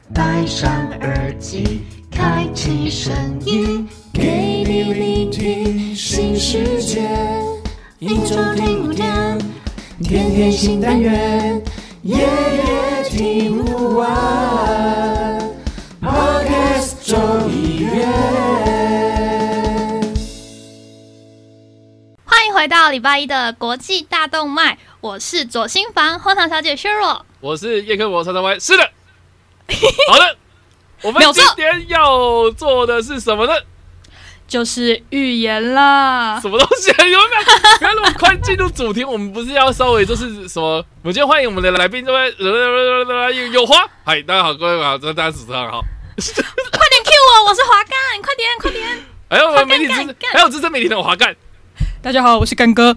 戴上耳机，开启声音，给你聆听新世界。一周听5天，天天新单元，夜夜听不完。Podcast 周一月， 欢迎回到礼拜一的国际大动脉，我是左心房荒唐小姐薛若， 我是叶克膜叉叉 Y。是的，好的，我们今天要做的是什么呢？ 就是预言啦。 什么东西？有没有？不要那么快进入主题。我们不是要稍微就是什么？我们今天欢迎我们的来宾，这位有花。嗨，大家好，各位好，大家主持人好。 快点 Q 我是华干，快点快点。 还有我们媒体还有资深媒体人华干。 大家好，我是干哥。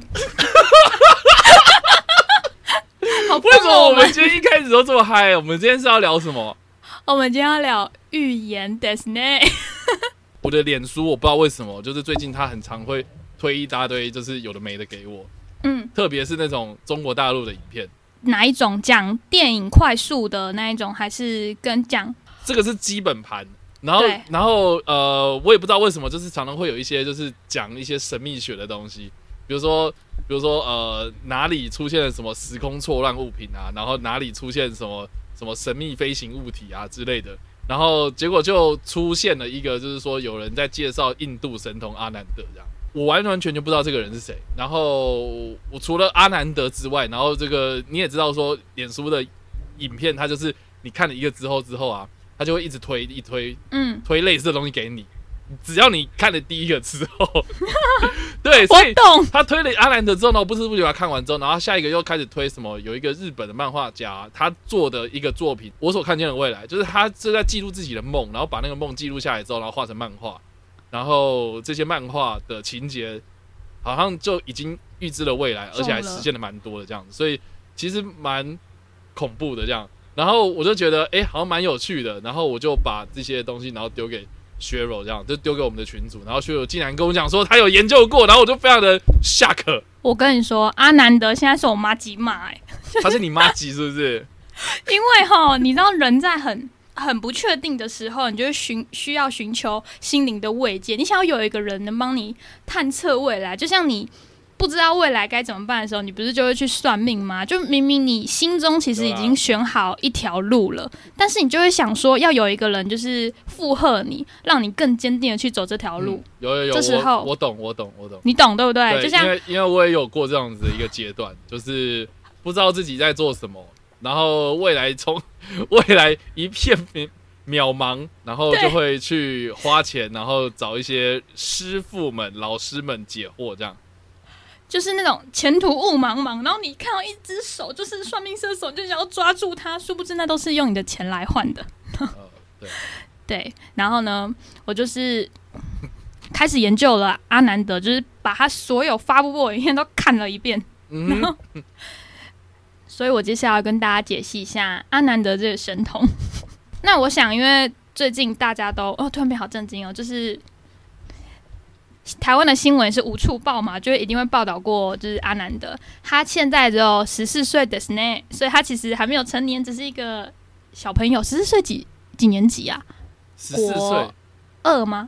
好， 为什么我们今天一开始都这么嗨？我们今天是要聊什么？ 我们今天要聊预言 Disney。 我的脸书我不知道为什么，就是最近他很常会推一大堆，就是有的没的给我。特别是那种中国大陆的影片。 哪一种？讲电影快速的那一种，还是跟讲？ 这个是基本盘。然后我也不知道为什么，就是常常会有一些就是讲一些神秘学的东西，比如说哪里出现了什么时空错乱物品啊，然后哪里出现什么神秘飞行物体啊之类的，然后结果就出现了一个，就是说有人在介绍印度神童阿南德这样，我完全就不知道这个人是谁。然后我除了阿南德之外，然后这个你也知道说，脸书的影片它就是你看了一个之后啊。他就会一直推推类似的东西给你，只要你看了第一个之后，对，所以他推了阿南德之后呢，我不知不觉把它看完之后，然后下一个又开始推什么，有一个日本的漫画家，他做的一个作品《我所看见的未来》，就是他是在记录自己的梦，然后把那个梦记录下来之后，然后画成漫画，然后这些漫画的情节好像就已经预知了未来，而且还实现了蛮多的这样子，所以其实蛮恐怖的这样。然后我就觉得，好像蛮有趣的。然后我就把这些东西，然后丢给薛柔，这样就丢给我们的群组。然后薛柔竟然跟我讲说他有研究过，然后我就非常的 shock。我跟你说，阿南德现在是我妈吉妈他是你妈吉是不是？ 因为你知道人在很不确定的时候，你就会需要寻求心灵的慰藉。你想要有一个人能帮你探测未来，就像你不知道未来该怎么办的时候，你不是就会去算命吗？就明明你心中其实已经选好一条路了，但是你就会想说要有一个人就是附和你，让你更坚定的去走这条路。 有， 这时候我懂， 你懂对不对？ 对， 就像因为我也有过这样子的一个阶段，就是不知道自己在做什么，然后未来一片渺茫，然后就会去花钱，然后找一些师傅们、老师们解惑这样。 就是那种前途雾茫茫，然后你看到一只手，就是算命射手，就想要抓住它，殊不知那都是用你的钱来换的。对，然后呢，我就是开始研究了阿南德，就是把他所有发布过的影片都看了一遍。然后，所以我接下来要跟大家解析一下阿南德这个神童。那我想，因为最近大家都突然变好震惊就是台湾的新闻是无处报嘛，就一定会报道过，就是阿南德，他现在只有14岁的 Disney， 所以他其实还没有成年，只是一个小朋友。14岁几年级啊 ？14岁 2吗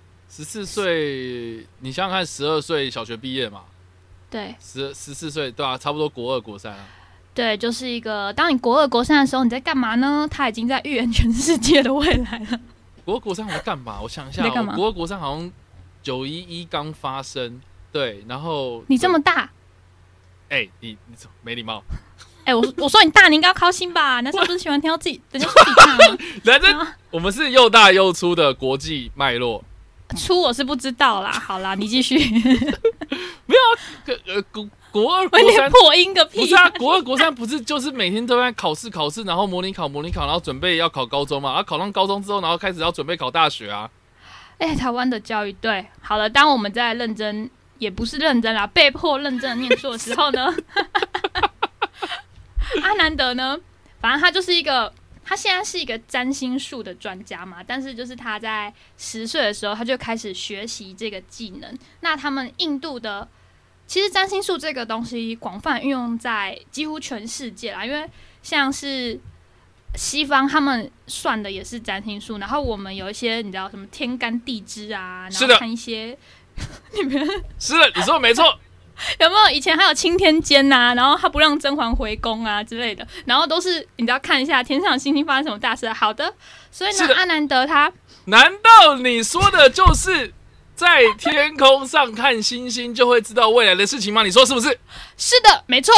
？14岁，你想想看，12岁小学毕业嘛？ 对 ，14岁，对啊，差不多国2、国3啊。 对，就是一个，当你国2、国3的时候，你在干嘛呢？他已经在预言全世界的未来了。 国2、国3我在干嘛？我想一下，国2、国3好像911刚发生，对，然后你这么大， 你没礼貌。 我说你大，你应该要高兴吧？男生不是喜欢听到自己人家说你大吗？ 来这，我们是又大又粗的国际脉络。 粗我是不知道啦，好啦，你继续。 没有国2、国3 破音个屁！ 不是啊，国2、国3不是就是每天都在考试，然后模拟考，然后准备要考高中嘛，然后考上高中之后，然后开始要准备考大学啊。 台湾的教育对，好了，当我们在认真，也不是认真啦，被迫认真的念书的时候呢，阿南德呢，反正他就是一个，他现在是一个占星术的专家嘛，但是就是他在10岁的时候，他就开始学习这个技能。那他们印度的，其实占星术这个东西广泛运用在几乎全世界啦，因为像是西方他们算的也是占星术，然后我们有一些你知道什么天干地支啊，然后看一些你们是的，你说的没错。 有没有以前还有青天监啊，然后他不让甄嬛回宫啊之类的，然后都是你知道看一下天上的星星发生什么大事。好的，所以呢，阿南德他难道你说的就是在天空上看星星就会知道未来的事情吗？你说是不是？ 是的，没错。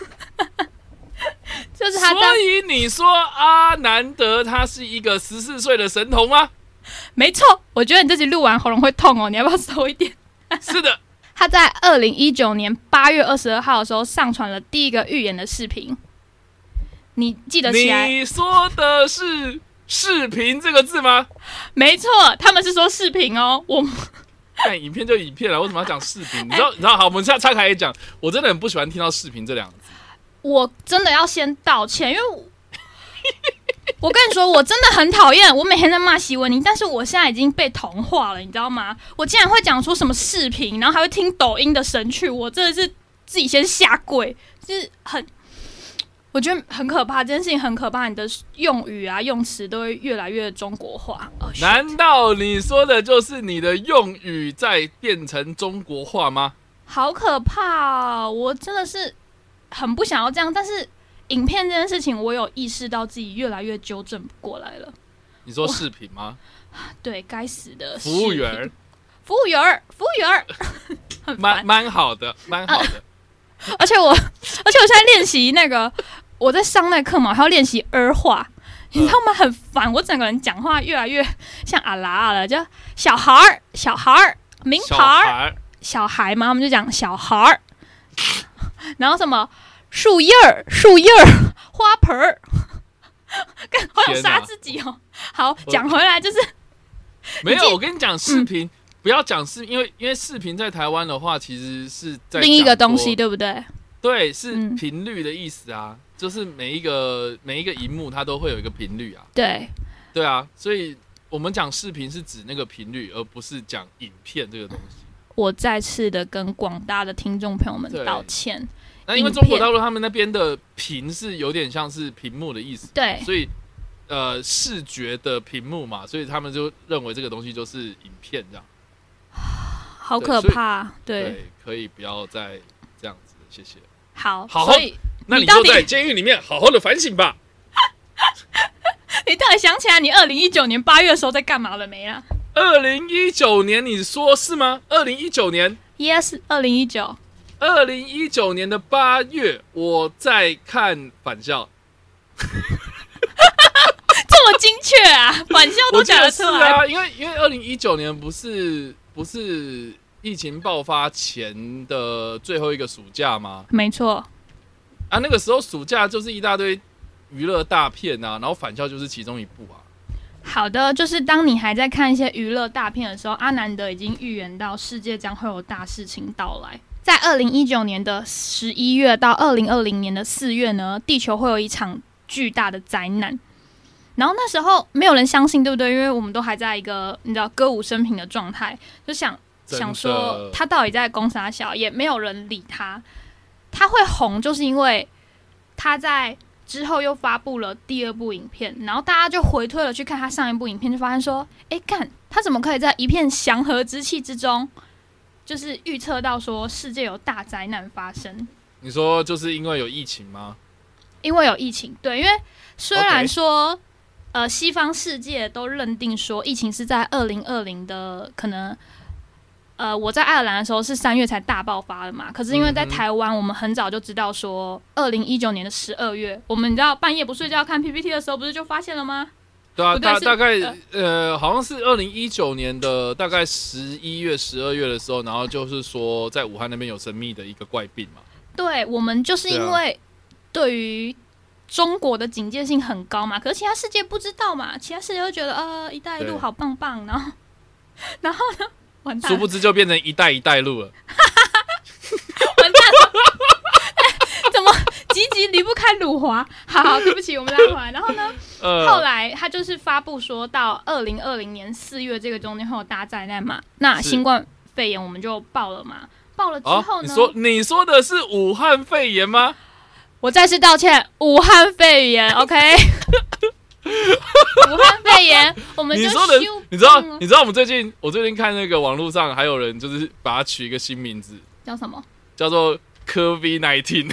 就是他。 所以你说阿南德他是一个14岁的神童吗？ 没错，我觉得你这集录完喉咙会痛哦，你要不要收一点？ 是的。 他在2019年8月22号的时候上传了第一个预言的视频，你记得起来？ 你说的是视频这个字吗？ 没错，他们是说视频哦。我看影片就影片了，为什么要讲视频？你知道？好，我们现在岔开来讲，我真的很不喜欢听到视频这两个字。 我真的要先道歉，因为我跟你说，我真的很讨厌，我每天在骂希文妮，但是我现在已经被同化了，你知道吗？我竟然会讲出什么视频，然后还会听抖音的神曲，我真的是自己先下跪，就是我觉得很可怕，这件事情很可怕，你的用语啊、用词都会越来越中国化。 难道你说的就是你的用语在变成中国化吗？ 好可怕哦！我真的是很不想要这样，但是影片这件事情，我有意识到自己越来越纠正不过来了。 你说视频吗？ 对，该死的服务员，蛮好的，蛮好的。 而且我现在练习那个，我在上那个课嘛，还要练习儿化，你知道吗？很烦，我整个人讲话越来越像阿拉了，就小孩儿，名牌小孩嘛，他们就讲小孩儿，然后什么。树叶儿，花盆儿，好想杀自己哦！好，讲回来就是， 没有，我跟你讲，视频不要讲视，因为视频在台湾的话，其实是在另一个东西，对不对？ 对，是频率的意思啊，就是每一个萤幕它都会有一个频率啊。对啊，所以我们讲视频是指那个频率，而不是讲影片这个东西。 我再次的跟广大的听众朋友们道歉。 那因为中国大陆他们那边的屏是有点像是屏幕的意思， 对， 所以视觉的屏幕嘛，所以他们就认为这个东西就是影片这样。 好可怕， 对，可以不要再这样子，谢谢。 好， 所以那你就在监狱里面好好的反省吧。 你到底想起来你2019年8月的时候在干嘛了没啊 ？2019年你说是吗？2019年 ？Yes， 2019年的8月，我在看返校。 这么精确啊！返校都讲得出来。 是啊，因为2019年不是疫情爆发前的最后一个暑假吗？ 没错。 啊，那个时候暑假就是一大堆娱乐大片啊，然后返校就是其中一部啊。 好的，就是当你还在看一些娱乐大片的时候，阿南德已经预言到世界将会有大事情到来。在2019年的11月到2020年的4月呢，地球会有一场巨大的灾难。然后那时候没有人相信，对不对？因为我们都还在一个你知道歌舞升平的状态，就想说他到底在攻啥小，也没有人理他。他会红，就是因为他在之后又发布了第2部影片，然后大家就回退了去看他上一部影片，就发现说，干他怎么可以在一片祥和之气之中？就是预测到说世界有大灾难发生。 你说就是因为有疫情吗？ 因为有疫情，对，因为虽然说西方世界都认定说疫情是在2020的可能我在爱尔兰的时候是3月才大爆发的嘛，可是因为在台湾我们很早就知道说2019年的12月，我们你知道半夜不睡觉看 PPT 的时候不是就发现了吗？ 对啊，大概好像是2019年的大概11月、12月的时候，然后就是说在武汉那边有神秘的一个怪病嘛。 对，我们就是因为对于中国的警戒性很高嘛，可是其他世界不知道嘛，其他世界会觉得一带一路好棒棒，然后呢，完蛋了， 殊不知就变成一带一带路了。 完蛋了，怎么集离不开辱华？好，对不起，我们拉回来。然后呢，后来他就是发布说到2020年4月这个中间会有大灾难嘛，那新冠肺炎我们就爆了嘛，爆了之后呢？ 你说的是武汉肺炎吗？ 我再次道歉，武汉肺炎 ，OK？ 武汉肺炎，我们就你说的，你知道我最近看那个网络上还有人就是把它取一个新名字， 叫什么？ 叫做 COVID-19。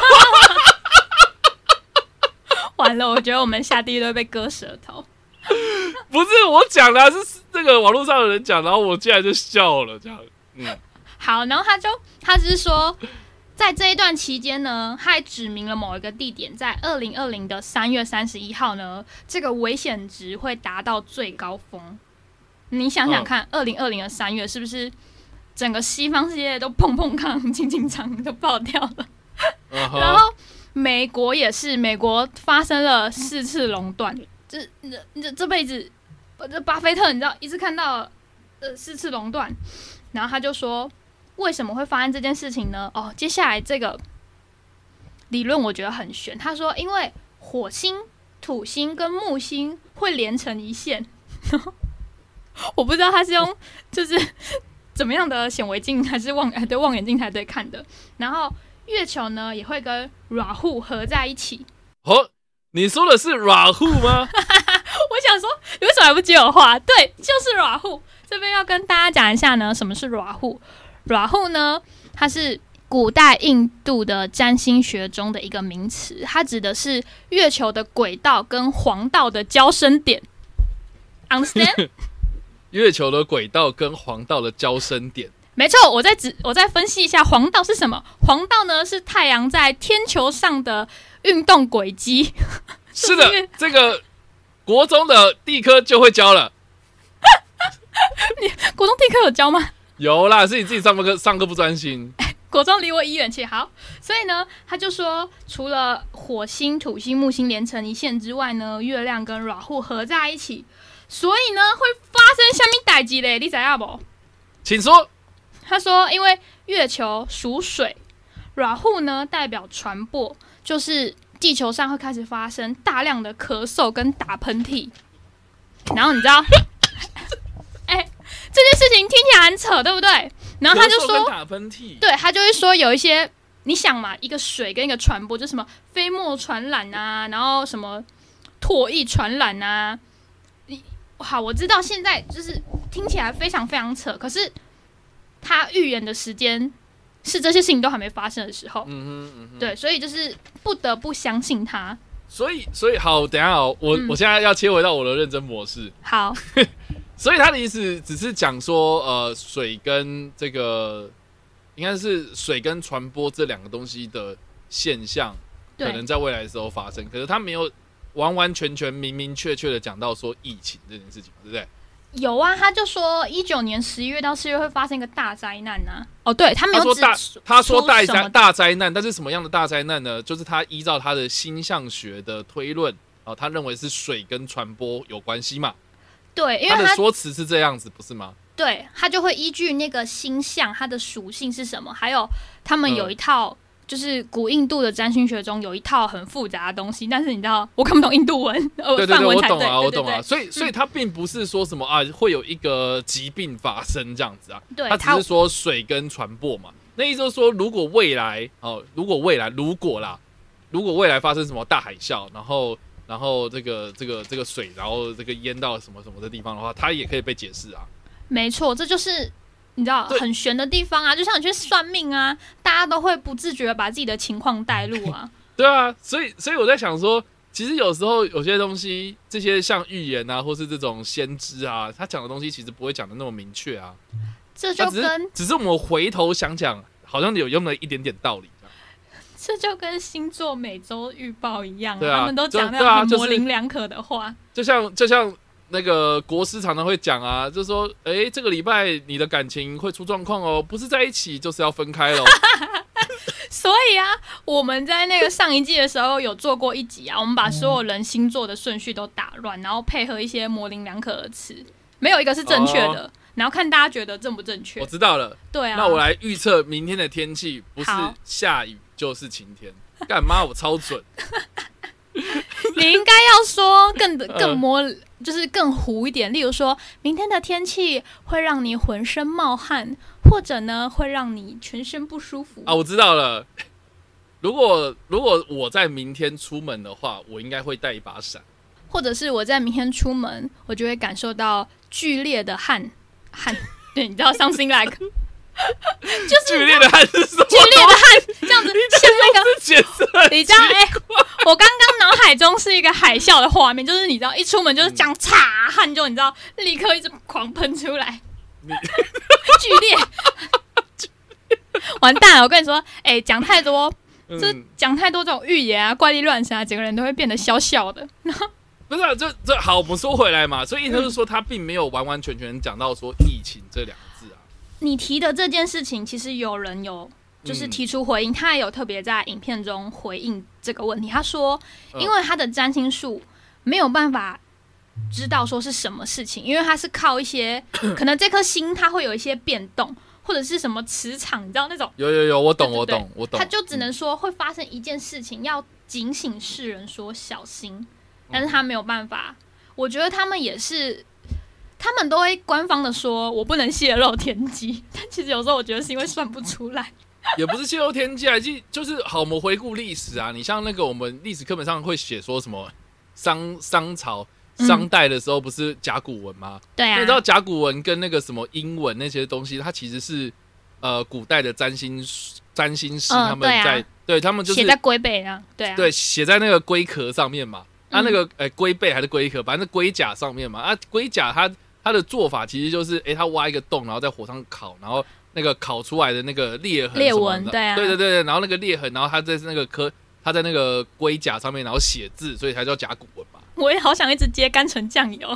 完了，我觉得我们下地狱都会被割舌头。 不是我讲的，是这个网络上的人讲，然后我竟然就笑了，这样。 好，然后他只是说。在这一段期间呢，他还指明了某一个地点，在2020的3月31号呢，这个危险值会达到最高峰。你想想看，2020的3月是不是整个西方世界都砰砰康、轻轻长都爆掉了？然后美国也是，美国发生了4次垄断，这辈子，这巴菲特你知道一次看到4次垄断，然后他就说。为什么会发生这件事情呢？接下来这个理论我觉得很玄。他说，因为火星、土星跟木星会连成一线，我不知道他是用就是怎么样的显微镜还是望远镜才对看的。然后月球呢也会跟软户合在一起。 你说的是软户吗？ 我想说，你为什么还不接我话？对，就是软户。这边要跟大家讲一下呢，什么是软户。软户呢，它是古代印度的占星学中的一个名词，它指的是月球的轨道跟黄道的交生点。Understand？ 月球的轨道跟黄道的交生点。 没错，我再分析一下黄道是什么。黄道呢是太阳在天球上的运动轨迹。 是的，这个国中的地科就会教了。 你国中地科有教吗？ 有啦，是你自己上课不专心。 国中离我1远去，好，所以呢，他就说，除了火星、土星、木星连成一线之外呢，月亮跟软户合在一起，所以呢，会发生什么代志嘞？你知道不？ 请说。 他说，因为月球属水，软户呢代表传播，就是地球上会开始发生大量的咳嗽跟打喷嚏，然后你知道。这件事情听起来很扯，对不对？然后他就说， 打喷嚏， 对，他就会说有一些，你想嘛，一个水跟一个传播，就什么飞沫传染啊，然后什么唾液传染啊。好，我知道现在就是听起来非常非常扯，可是他预言的时间是这些事情都还没发生的时候。对，所以就是不得不相信他。 所以好，等一下我现在要切回到我的认真模式。 好。 所以他的意思只是讲说，水跟这个应该是水跟传播这两个东西的现象，可能在未来的时候发生。可是他没有完完全全明明确确的讲到说疫情这件事情，对不对？ 有啊，他就说19年11月到4月会发生一个大灾难啊。对，他没有他说大灾难，但是什么样的大灾难呢？就是他依照他的星象学的推论，他认为是水跟传播有关系嘛。 对，因为他的说辞是这样子，不是吗？ 对，他就会依据那个星象，它的属性是什么，还有他们有一套，就是古印度的占星学中有一套很复杂的东西，但是你知道我看不懂印度文， 对， 梵文才对，我懂啊。所以他并不是说什么会有一个疾病发生这样子啊， 对， 他只是说水跟传播嘛。那意思就是说，如果未来发生什么大海啸，然后这个水，然后这个淹到什么什么的地方的话，它也可以被解释啊。 没错，这就是你知道很玄的地方啊，就像你去算命啊，大家都会不自觉把自己的情况带入啊。 对啊，所以我在想说，其实有时候有些东西，这些像预言啊，或是这种先知啊，他讲的东西其实不会讲的那么明确啊。 这就跟只是我们回头想想，好像有用了一点点道理。 这就跟星座每周预报一样， 对啊， 他们都讲那种很模棱两可的话。 就像那个国师常常会讲啊，就是说，这个礼拜你的感情会出状况哦，不是在一起就是要分开咯。 所以啊，我们在那个上一季的时候有做过一集啊，我们把所有人星座的顺序都打乱，然后配合一些模棱两可的词，没有一个是正确的。然后看大家觉得正不正确。 我知道了。 对啊。 那我来预测明天的天气，不是下雨就是晴天。干嘛？我超准。 你应该要说就是更糊一点，例如说明天的天气会让你浑身冒汗，或者呢会让你全身不舒服啊。我知道了。如果我在明天出门的话，我应该会带一把伞。 或者是我在明天出门，我就会感受到剧烈的汗，对，你知道 something like， 就是剧烈的汗是什么？ 剧烈的汗，这样子像那个，你知道我刚刚脑海中是一个海啸的画面，就是你知道一出门就是这样擦汗就你知道立刻一直狂喷出来，剧烈，完蛋了！我跟你说，讲太多。就是讲太多这种预言啊、怪力乱神啊，整个人都会变得笑笑的。 不是、啊，这好，我们说回来嘛。所以意思就是说，他并没有完完全全讲到说疫情这两个字啊。 你提的这件事情，其实有人有就是提出回应，他也有特别在影片中回应这个问题。他说，因为他的占星术没有办法知道说是什么事情，因为他是靠一些可能这颗星它会有一些变动。或者是什么磁场，你知道那种？ 有，我懂。 他就只能说会发生一件事情，要警醒世人说小心，但是他没有办法。我觉得他们也是，他们都会官方的说，我不能泄露天机，但其实有时候我觉得是因为算不出来。 也不是泄露天机啊，就是好，我们回顾历史啊，你像那个我们历史课本上会写说什么商朝。商代的时候不是甲骨文吗？ 对啊， 你知道甲骨文跟那个什么英文那些东西，它其实是古代的占星师他们在对他们就是写在龟背上，对啊， 对，写在那个龟壳上面嘛。那个龟背还是龟壳，反正龟甲上面嘛。龟甲它的做法其实就是它挖一个洞，然后在火上烤，然后那个烤出来的那个裂纹，对啊， 对，然后那个裂痕，然后它在那个龟甲上面，然后写字，所以才叫甲骨文嘛。 我也好想一直接甘醇酱油，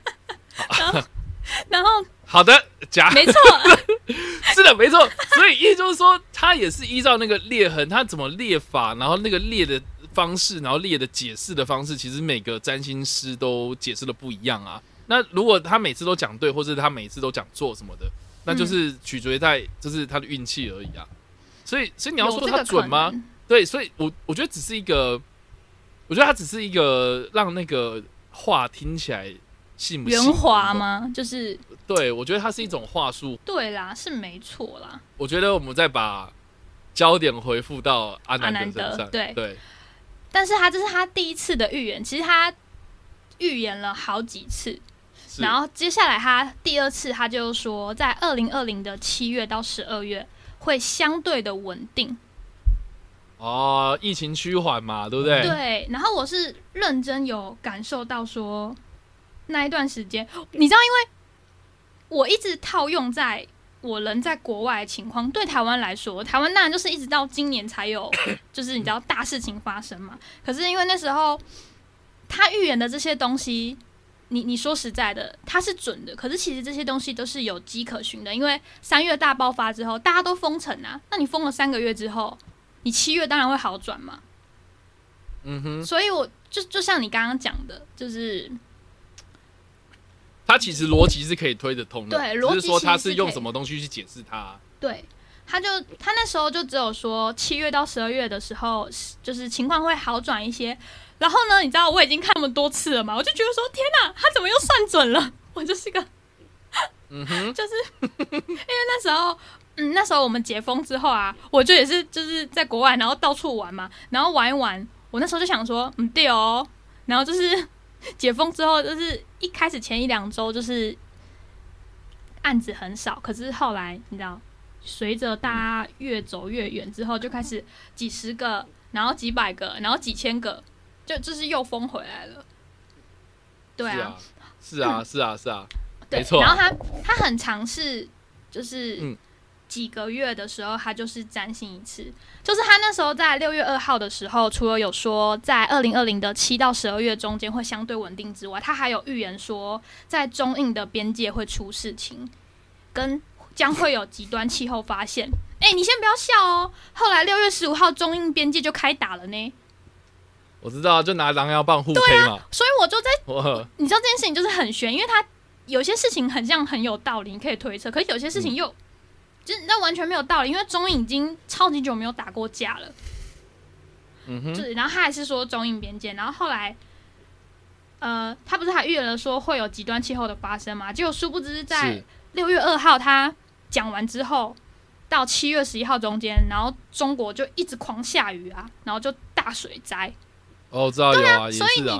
然后好的没错， 是的，没错。所以意思就是说，它也是依照那个裂痕，它怎么裂法，然后那个裂的方式，然后裂的解释的方式，其实每个占星师都解释的不一样啊。那如果他每次都讲对，或者他每次都讲错什么的，那就是取决在就是他的运气而已啊。所以你要说他准吗？对，所以我觉得只是一个。我觉得它只是一个让那个话听起来信不信圆滑吗？就是对，我觉得它是一种话术。 对啦，是没错啦。 我觉得我们再把焦点回复到阿南德身上，对。 但是这是他第一次的预言，其实他预言了好几次，然后接下来他第二次他就说，在2020的7月到12月会相对的稳定。 疫情趋缓嘛，对不对？ 对，然后我是认真有感受到说，那一段时间，你知道，因为我一直套用在我人在国外的情况，对台湾来说，台湾当然就是一直到今年才有，就是你知道大事情发生嘛。可是因为那时候他预言的这些东西，你说实在的，它是准的。可是其实这些东西都是有迹可循的，因为3月大爆发之后，大家都封城啊，那你封了3个月之后。你7月当然会好转嘛，所以我就像你刚刚讲的，就是他其实逻辑是可以推得通的， 对， 只是说他是用什么东西去解释它。 对，他那时候就只有说7月到12月的时候，就是情况会好转一些。然后呢，你知道我已经看那么多次了嘛，我就觉得说天哪，他怎么又算准了？我就是个，就是因为那时候我们解封之后啊，我就也是就是在国外，然后到处玩嘛，然后玩一玩，我那时候就想说，对哦，然后就是解封之后，就是一开始前1-2周就是案子很少，可是后来你知道，随着大家越走越远之后，就开始几十个，然后几百个，然后几千个，就是又封回来了。对啊， 是啊， 对， 没错。 然后他很尝试，就是几个月的时候，他就是占星一次。就是他那时候在6月2号的时候，除了有说在2020的7到12月中间会相对稳定之外，他还有预言说在中印的边界会出事情，跟将会有极端气候发现。你先不要笑哦。后来6月15号中印边界就开打了呢。 我知道，就拿狼牙棒互 K 嘛。 所以我就你知道这件事情就是很悬，因为他有些事情很像很有道理，你可以推测，可是有些事情又。就是那完全没有道理，因为中印已经超级久没有打过架了。就是然后他还是说中印边界，然后后来，他不是还预言了说会有极端气候的发生嘛？结果殊不知在6月2号他讲完之后，到7月11号中间，然后中国就一直狂下雨啊，然后就大水灾。 知道有啊， 所以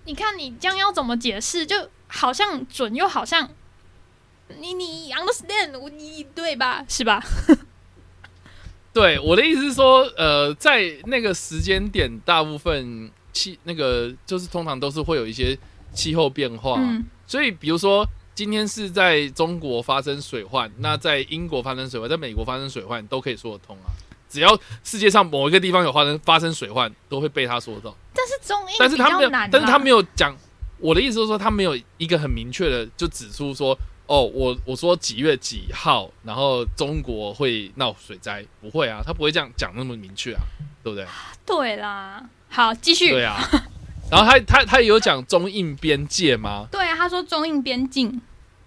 你看你这样要怎么解释？就好像准又好像你 understand 你对吧？是吧？ 对，我的意思是说，在那个时间点，大部分那个就是通常都是会有一些气候变化，所以比如说今天是在中国发生水患，那在英国发生水患，在美国发生水患都可以说得通啊。只要世界上某一个地方有发生水患，都会被他说到。 但是中英比较难， 但是他没有讲。我的意思是说，他没有一个很明确的就指出说，哦，我说几月几号，然后中国会闹水灾，不会啊，他不会这样讲那么明确啊，对不对？ 对啦，好，继续。 对啊，然后他也有讲中印边界吗？ 对啊，他说中印边境。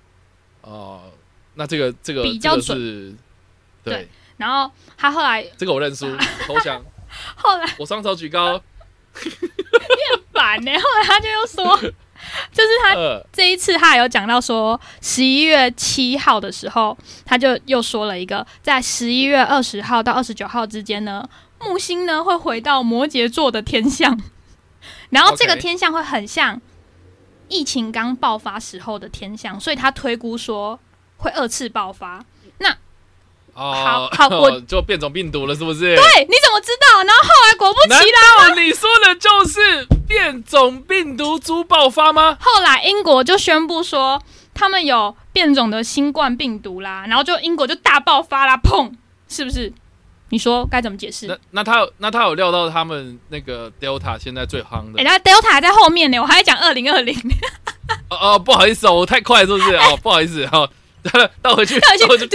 那这个比较准， 是对。 然后他后来这个我认输，投降。 后来我双手举高。 你很烦呢。后来他就又说，就是他这一次他有讲到说，11月7号的时候，他就又说了一个，在11月20号到29号之间呢，木星呢会回到摩羯座的天象，然后这个天象会很像疫情刚爆发时候的天象，所以他推估说会2次爆发。那好，我就变种病毒了，是不是？ 对，你怎么知道？然后后来果不其然， 你说的就是变种病毒株爆发吗？ 后来英国就宣布说他们有变种的新冠病毒啦，然后就英国就大爆发啦，砰，是不是？你说该怎么解释？ 那他有料到他们那个 Delta 现在最夯的？ 那 Delta 还在后面呢，我还在讲2020。 不好意思我太快是不是？不好意思倒回去。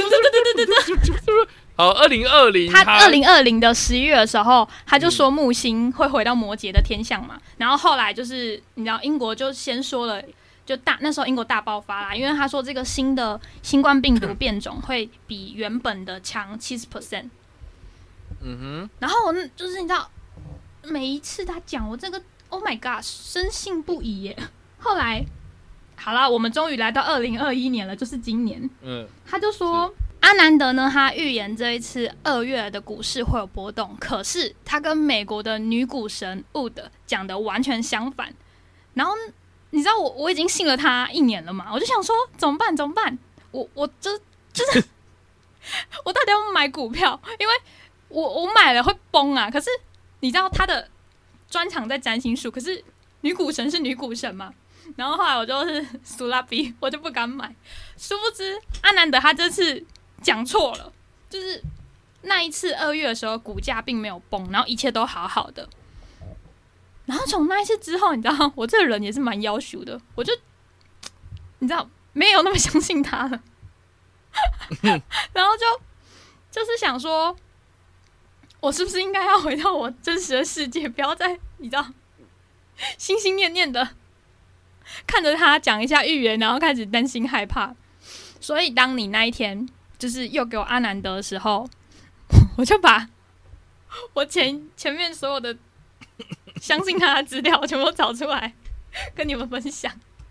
好，2020， 他2020的11月的时候，他就说木星会回到摩羯的天象嘛，然后后来就是你知道英国就先说了，就那时候英国大爆发啦，因为他说这个新的新冠病毒变种会比原本的强70%。然后我就是你知道，每一次他讲我这个 ，Oh my God， 深信不疑耶。后来好了，我们终于来到2021年了，就是今年。他就说阿南德呢，他预言这一次2月的股市会有波动，可是他跟美国的女股神 Wood 讲的完全相反。然后你知道我已经信了他1年了嘛，我就想说怎么办？我就是我到底要买股票？因为我买了会崩啊。可是你知道他的专长在占星术，可是女股神是女股神嘛。然后后来我就是苏拉比，我就不敢买。殊不知阿南德他这次讲错了，就是那一次2月的时候股价并没有崩，然后一切都好好的。然后从那一次之后，你知道我这个人也是蛮要求的，我就你知道没有那么相信他了。然后就是想说，我是不是应该要回到我真实的世界，不要再你知道心心念念的看着他讲一下预言，然后开始担心害怕。所以当你那一天就是又给我阿南德的时候，我就把我前面所有的相信他的资料全部找出来跟你们分享。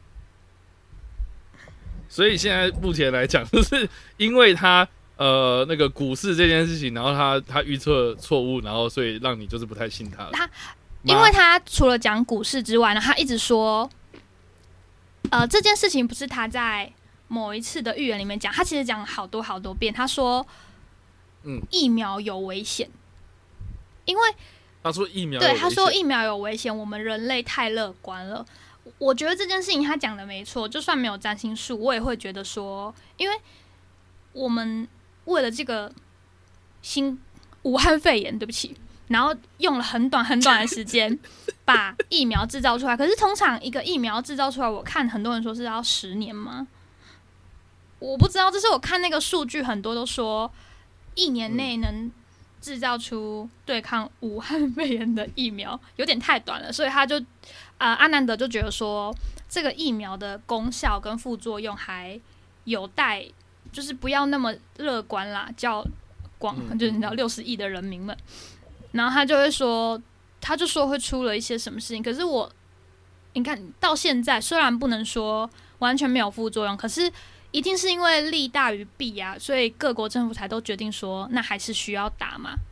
所以现在目前来讲，就是因为他那个股市这件事情，然后他预测错误，然后所以让你就是不太信他了。 因为他除了讲股市之外呢，他一直说这件事情不是他在某一次的预言里面讲，他其实讲好多遍。他说，疫苗有危险，因为他说疫苗有危险， 对，他说疫苗有危险，我们人类太乐观了。我觉得这件事情他讲的没错，就算没有占星术，我也会觉得说，因为我们为了这个武汉肺炎，对不起，然后用了很短的时间把疫苗制造出来。可是通常一个疫苗制造出来，我看很多人说是要10年吗？我不知道，这是我看那个数据，很多都说1年内能制造出对抗武汉肺炎的疫苗，有点太短了。所以他就阿南德就觉得说，这个疫苗的功效跟副作用还有待，就是不要那么乐观啦，叫就是你知道60亿的人民们。然后他就会说，他就说会出了一些什么事情。可是你看到现在，虽然不能说完全没有副作用，可是一定是因为利大于弊啊，所以各国政府才都决定说，那还是需要打嘛。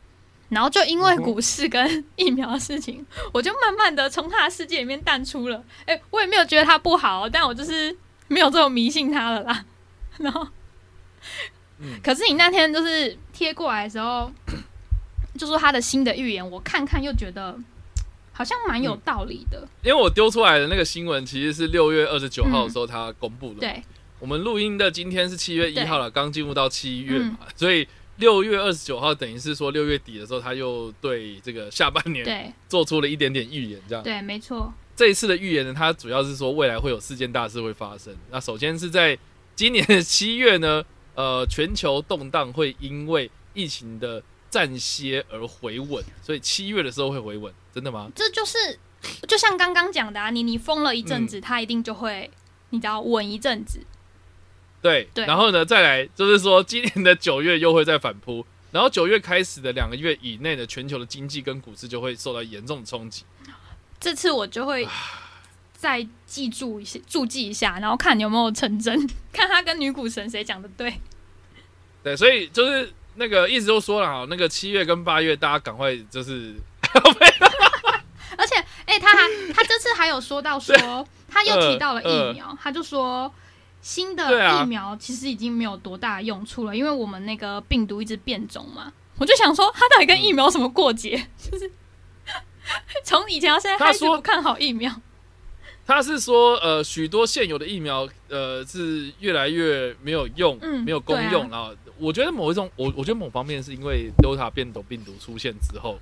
然后就因为股市跟疫苗的事情，我就慢慢的从他的世界里面淡出了。我也没有觉得他不好，但我就是没有这种迷信他了啦。然后，可是你那天就是贴过来的时候，就说他的新的预言，我看看又觉得好像蛮有道理的。 因为我丢出来的那个新闻其实是6月29号的时候他公布的。 对， 我们录音的今天是7月1号了，刚进入到7月嘛，所以6月29号等于是说6月底的时候，他又对这个下半年做出了一点点预言，这样。 对，没错。 这一次的预言呢，它主要是说未来会有4件大事会发生。那首先是在今年的7月呢，全球动荡会因为疫情的暂歇而回稳，所以7月的时候会回稳，真的吗？ 这就是就像刚刚讲的啊，你封了一阵子，它一定就会你知道稳一阵子。 对，然后呢，再来就是说，今年的9月又会再反扑，然后9月开始的2个月以内的全球的经济跟股市就会受到严重的冲击。 这次我就会再注记一下，然后看有没有成真，看他跟女股神谁讲的对。 对，所以就是那个一直都说了哈，那个7月跟8月大家赶快就是， 而且他这次还有说到说，他又提到了疫苗，他就说。新的疫苗其实已经没有多大的用处了，因为我们那个病毒一直变种嘛。我就想说，他到底跟疫苗有什么过节？就是从以前到现在开始不看好疫苗。 他是说，许多现有的疫苗，是越来越没有用，没有功用。然后，我觉得某一种，我觉得某方面是因为 Delta 变种病毒出现之后，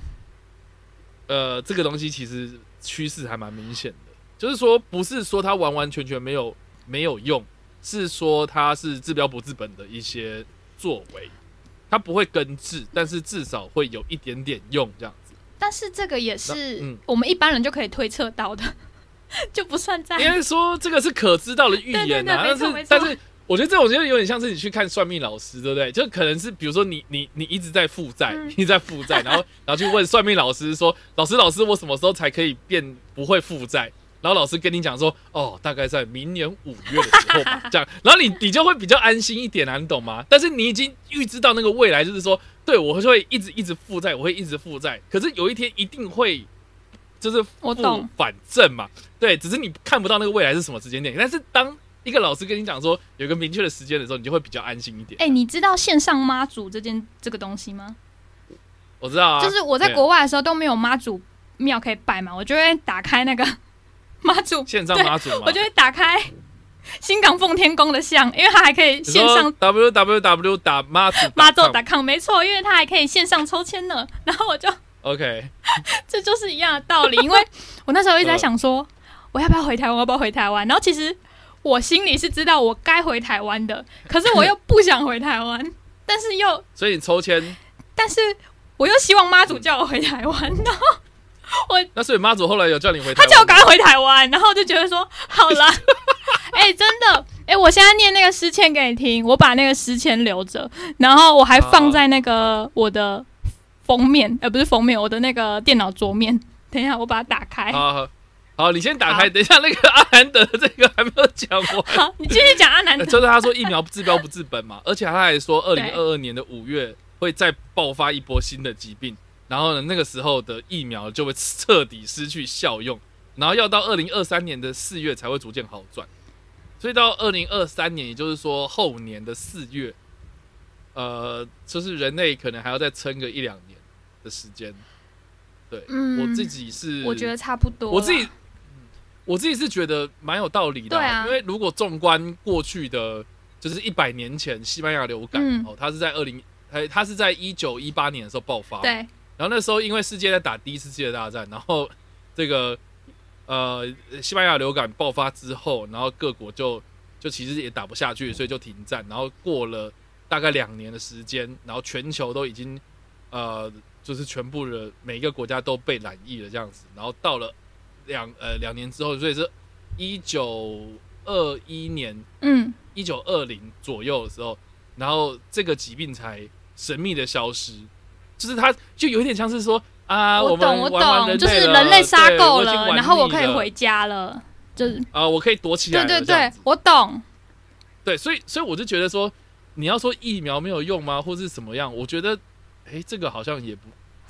这个东西其实趋势还蛮明显的，就是说，不是说它完完全全没有用，是说它是治标不治本的一些作为，它不会根治，但是至少会有一点点用这样子。 但是这个也是我们一般人就可以推测到的，就不算在。 应该说这个是可知道的预言啊，但是我觉得这种就有点像是你去看算命老师，对不对？就可能是比如说你一直在负债，一直在负债，然后去问算命老师说，老师，我什么时候才可以变不会负债？然后老师跟你讲说，大概在明年5月的时候吧，这样，然后你就会比较安心一点啊，你懂吗？但是你已经预知到那个未来，就是说，对我会一直负债，我会一直负债，可是有一天一定会就是负反正嘛，对，只是你看不到那个未来是什么时间点。但是当一个老师跟你讲说有一个明确的时间的时候，你就会比较安心一点。 你知道线上妈祖这个东西吗？ 我知道啊， 就是我在国外的时候都没有妈祖庙可以拜嘛，我就会打开那个。妈祖线上妈祖嘛， 我就会打开新港奉天宫的像，因为它还可以线上 www 打妈祖.com， 没错，因为它还可以线上抽签呢。然后我就 OK， 这就是一样的道理。因为我那时候一直在想说，我要不要回台湾？然后其实我心里是知道我该回台湾的，可是我又不想回台湾，但是又所以你抽签， 但是我又希望妈祖叫我回台湾，然后。 那所以妈祖后来有叫你回台湾， 他叫我赶快回台湾，然后我就觉得说好啦，真的，我现在念那个诗签给你听，我把那个诗签留着，然后我还放在那个我的封面，不是封面，我的那个电脑桌面。等一下，我把它打开。 好，你先打开。等一下，那个阿南德这个还没有讲完。 好，你继续讲阿南德。 就是他说疫苗治标不治本嘛，而且他还说2022年的5月会再爆发一波新的疾病。然后呢，那个时候的疫苗就会彻底失去效用，然后要到2023年的4月才会逐渐好转，所以到2023年，也就是说后年的4月，就是人类可能还要再撑个1-2年的时间。对，我自己是我觉得差不多。 我自己是觉得蛮有道理的，对啊，因为如果纵观过去的，就是100年前西班牙流感，它是在1918年的时候爆发， 对。 然后那时候因为世界在打第1次世界大战，然后这个西班牙流感爆发之后，然后各国就其实也打不下去，所以就停战。然后过了大概2年的时间，然后全球都已经就是全部的每一个国家都被染疫了这样子。然后到了2年之后，所以是1921年，1920左右的时候，然后这个疾病才神秘的消失。就是它就有点像是说啊， 我懂，就是人类杀够了，然后我可以回家了，就是我可以躲起来了。 对，我懂。 对，所以我就觉得说，你要说疫苗没有用吗，或是什么样？我觉得，这个好像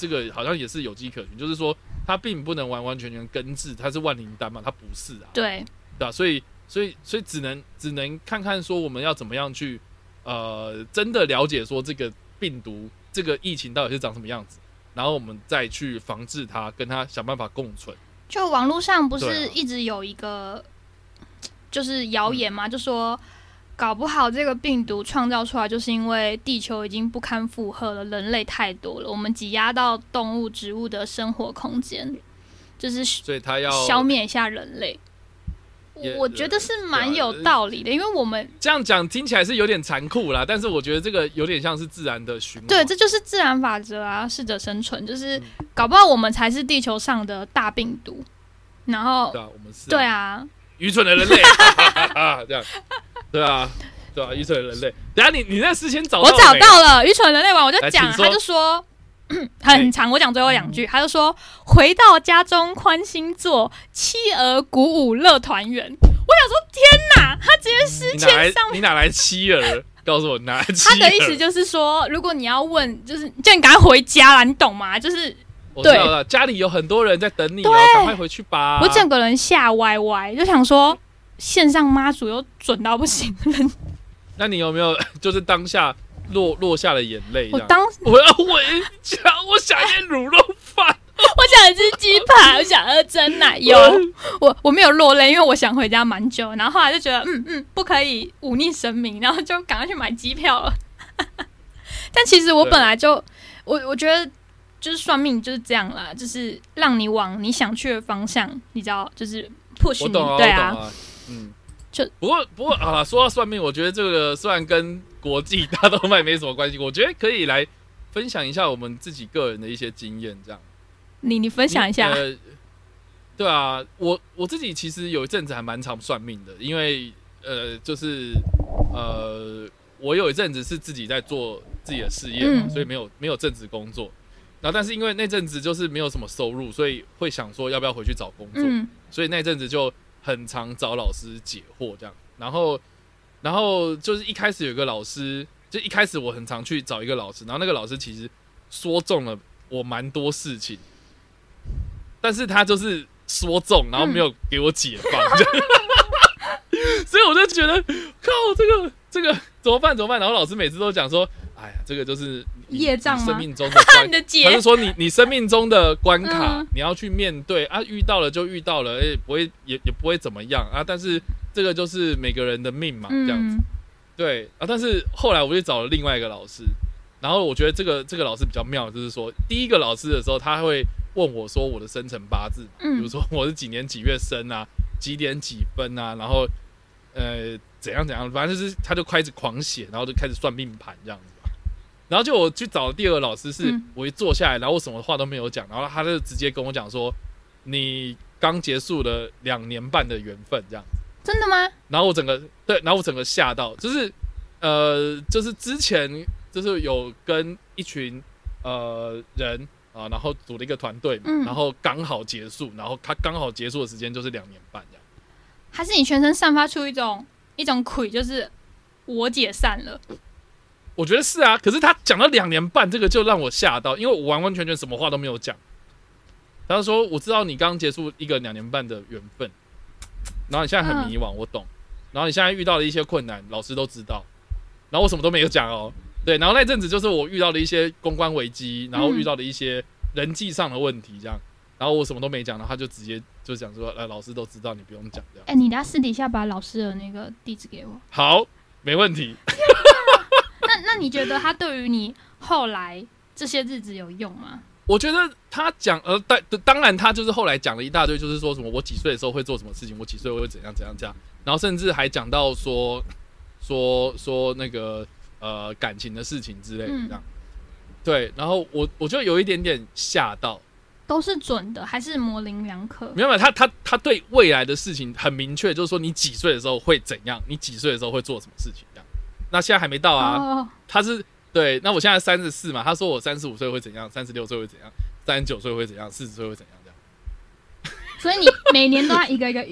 这个好像也是有迹可循，就是说它并不能完完全全根治，它是万灵丹嘛，它不是啊， 对啊，所以只能看看说我们要怎么样去真的了解说这个病毒这个疫情到底是长什么样子，然后我们再去防治它，跟它想办法共存。 就网络上不是一直有一个就是谣言嘛，就说搞不好这个病毒创造出来就是因为地球已经不堪负荷了，人类太多了，我们挤压到动物植物的生活空间，就是所以它要消灭一下人类。我觉得是蛮有道理的，因为我们这样讲听起来是有点残酷啦，但是我觉得这个有点像是自然的循环。 对，这就是自然法则啊，适者生存，就是搞不好我们才是地球上的大病毒，然后对啊，我们是对啊， 愚蠢的人类这样，对啊，愚蠢的人类。等一下你那事先找到了没？ 我找到了愚蠢人类完，我就讲， 他就说。很长，我讲最后2句，他就说回到家中宽心做，妻儿鼓舞乐团圆。我想说天哪，他直接诗签上面， 你哪来妻儿？告诉我哪来妻儿？ 他的意思就是说，如果你要问，就是叫你赶快回家啦，你懂吗？就是我知道了，家里有很多人在等你哦，赶快回去吧。 我整个人吓歪歪，就想说线上妈祖又准到不行。 那你有没有就是当下落下了眼泪？ 我要回家，我想念卤肉饭， 我想吃鸡排，我想喝真奶油。我没有落泪，因为我想回家蛮久，然后后来就觉得不可以忤逆神明，然后就赶快去买机票了。但其实我本来就我觉得就是算命就是这样啦，就是让你往你想去的方向，你知道，就是 push 你，对啊， 不过啊，说到算命，我觉得这个虽然跟国际大动脉没什么关系，我觉得可以来分享一下我们自己个人的一些经验，这样。你分享一下。 对啊，我自己其实有一阵子还蛮常算命的，因为就是我有一阵子是自己在做自己的事业嘛，所以没有正职工作。然后但是因为那阵子就是没有什么收入，所以会想说要不要回去找工作，所以那阵子就很常找老师解惑这样。然后就是一开始有一个老师，就一开始我很常去找一个老师，然后那个老师其实说中了我蛮多事情，但是他就是说中，然后没有给我解放，所以我就觉得靠这个怎么办？然后老师每次都讲说，哎呀，这个就是业障吗？ 生命中的关你的解， 他就说你生命中的关卡，你要去面对啊，遇到了就遇到了，不会也不会怎么样啊，但是这个就是每个人的命嘛，这样子，对啊。但是后来我就找了另外一个老师，然后我觉得这个老师比较妙，就是说第一个老师的时候，他会问我说我的生辰八字，比如说我是几年几月生啊，几点几分啊，然后怎样，反正就是他就开始狂写，然后就开始算命盘这样子。然后就我去找第二个老师是，我一坐下来，然后我什么话都没有讲，然后他就直接跟我讲说，你刚结束了2年半的缘分这样子。 真的吗？ 然后我整个吓到，就是就是之前就是有跟一群人啊，然后组了一个团队，然后刚好结束，然后他刚好结束的时间就是2年半这样。 还是你全身散发出一种鬼，就是我解散了。 我觉得是啊，可是他讲到2年半，这个就让我吓到，因为我完完全全什么话都没有讲。他说：“我知道你刚结束一个2年半的缘分，然后你现在很迷惘，我懂。然后你现在遇到的一些困难，老师都知道。然后我什么都没有讲哦，对。然后那阵子就是我遇到的一些公关危机，然后遇到的一些人际上的问题，这样。然后我什么都没讲，然后他就直接就讲说：老师都知道，你不用讲这样。 你等下私底下把老师的那个地址给我。 好，没问题。 那你觉得他对于你后来这些日子有用吗？ 我觉得他讲当然他就是后来讲了一大堆，就是说什么我几岁的时候会做什么事情，我几岁会怎样，然后甚至还讲到说那个感情的事情之类的这样。对，然后我就有一点点吓到。 都是准的还是模棱两可？ 没有，他对未来的事情很明确，就是说你几岁的时候会怎样，你几岁的时候会做什么事情这样。那现在还没到啊，他是对，那我现在34嘛，他说我35岁会怎样，36岁会怎样，39岁会怎样，40岁会怎样这样。 所以你每年都要一个一个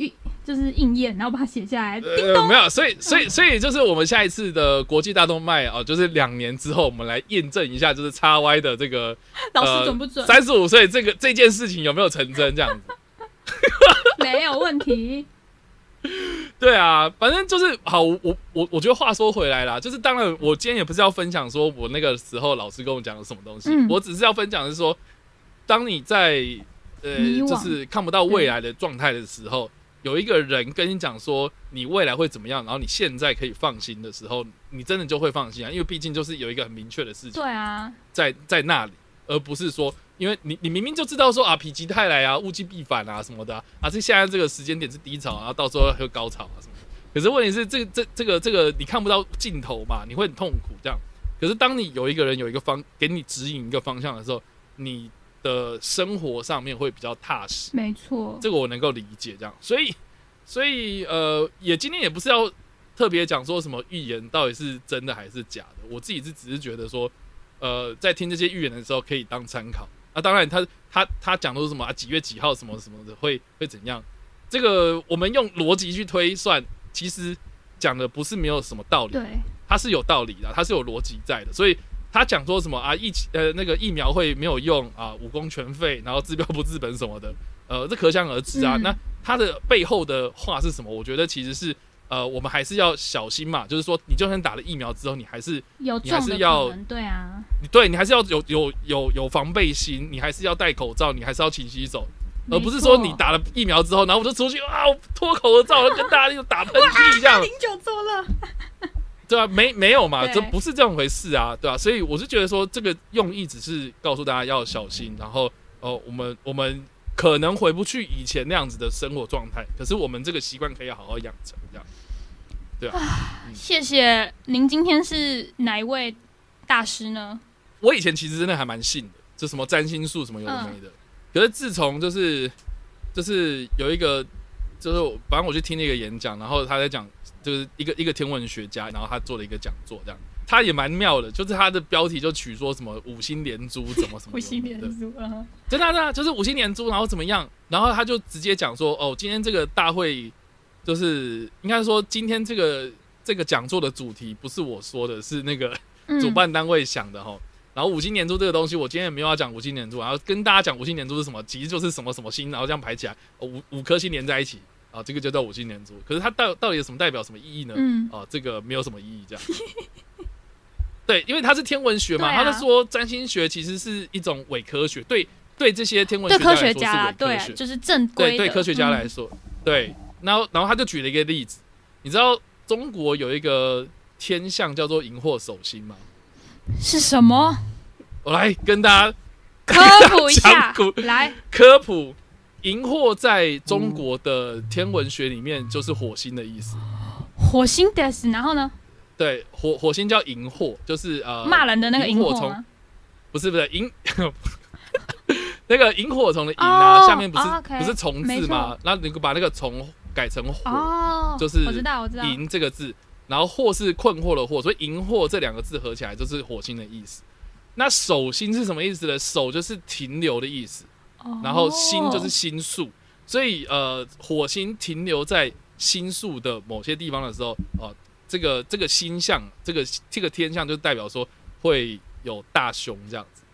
就是应验，然后把它写下来。 没有，所以就是我们下一次的国际大动脉就是2年之后，我们来验证一下，就是 XY 的这个老师准不准 ？35岁这件事情有没有成真？这样子没有问题。 对啊，反正就是好。我觉得话说回来啦，就是当然，我今天也不是要分享说我那个时候老师跟我讲了什么东西，我只是要分享的是说，当你在就是看不到未来的状态的时候，有一个人跟你讲说你未来会怎么样，然后你现在可以放心的时候，你真的就会放心啊，因为毕竟就是有一个很明确的事情， 对啊， 在那里，而不是说。因为你明明就知道说啊，否极泰来啊，物极必反啊什么的啊，这现在这个时间点是低潮，然后到时候会有高潮啊什么的。可是问题是，这个你看不到尽头嘛，你会很痛苦这样。可是当你有一个人有一个给你指引一个方向的时候，你的生活上面会比较踏实。 没错， 这个我能够理解这样。所以也今天也不是要特别讲说什么预言到底是真的还是假的，我自己只是觉得说，在听这些预言的时候可以当参考。当然他讲的是什么几月几号什么什么的会怎样？这个我们用逻辑去推算，其实讲的不是没有什么道理， 对， 它是有道理的，它是有逻辑在的。所以他讲说什么那个疫苗会没有用啊，武功全废，然后治标不治本什么的，这可想而知啊。那他的背后的话是什么？我觉得其实是我们还是要小心嘛，就是说，你就算打了疫苗之后，你还是要对啊， 对你还是要有防备心，你还是要戴口罩，你还是要勤洗手，而不是说你打了疫苗之后，然后我就出去脱口罩，跟大家打喷嚏这样。 饮酒做了， 对啊，没有嘛，这不是这样回事啊，对啊，所以我是觉得说，这个用意只是告诉大家要小心，然后我们可能回不去以前那样子的生活状态，可是我们这个习惯可以好好养成，这样。对啊， 谢谢您。今天是哪一位大师呢？ 我以前其实真的还蛮信的，就什么占星术什么有的没的。可是自从就是有一个，就是反正我去听那个演讲，然后他在讲，就是一个天文学家，然后他做了一个讲座，这样他也蛮妙的，就是他的标题就取说什么五星连珠怎么什么五星连珠啊， 真的就是五星连珠，然后怎么样，然后他就直接讲说今天这个大会。就是应该说，今天这个讲座的主题不是我说的，是那个主办单位想的哈。然后五星连珠这个东西，我今天也没有要讲五星连珠，然后跟大家讲五星连珠是什么，其实就是什么什么星，然后这样排起来，五颗星连在一起啊，这个就叫五星连珠。可是它到底有什么代表什么意义呢？这个没有什么意义，这样。对，因为它是天文学嘛，他就说占星学其实是一种伪科学，对这些天文学家来说是伪科学， 就是正规的， 对科学家来说，对。然后他就举了一个例子，你知道中国有一个天象叫做荧惑守星吗？ 是什么？ 我来跟大家科普一下，来科普。荧惑在中国的天文学里面就是火星的意思。 火星的是，然后呢？ 对，火星叫荧惑，就是骂人的那个萤火虫， 不是萤。那个萤火虫的萤啊，下面不是虫字吗？然后你把那个虫改成火，就是萤这个字，然后惑是困惑的惑，所以荧惑这2个字合起来就是火星的意思。那守星是什么意思呢？守就是停留的意思，然后星就是星宿，所以火星停留在星宿的某些地方的时候，这个星象，这个天象就代表说会有大凶这样子。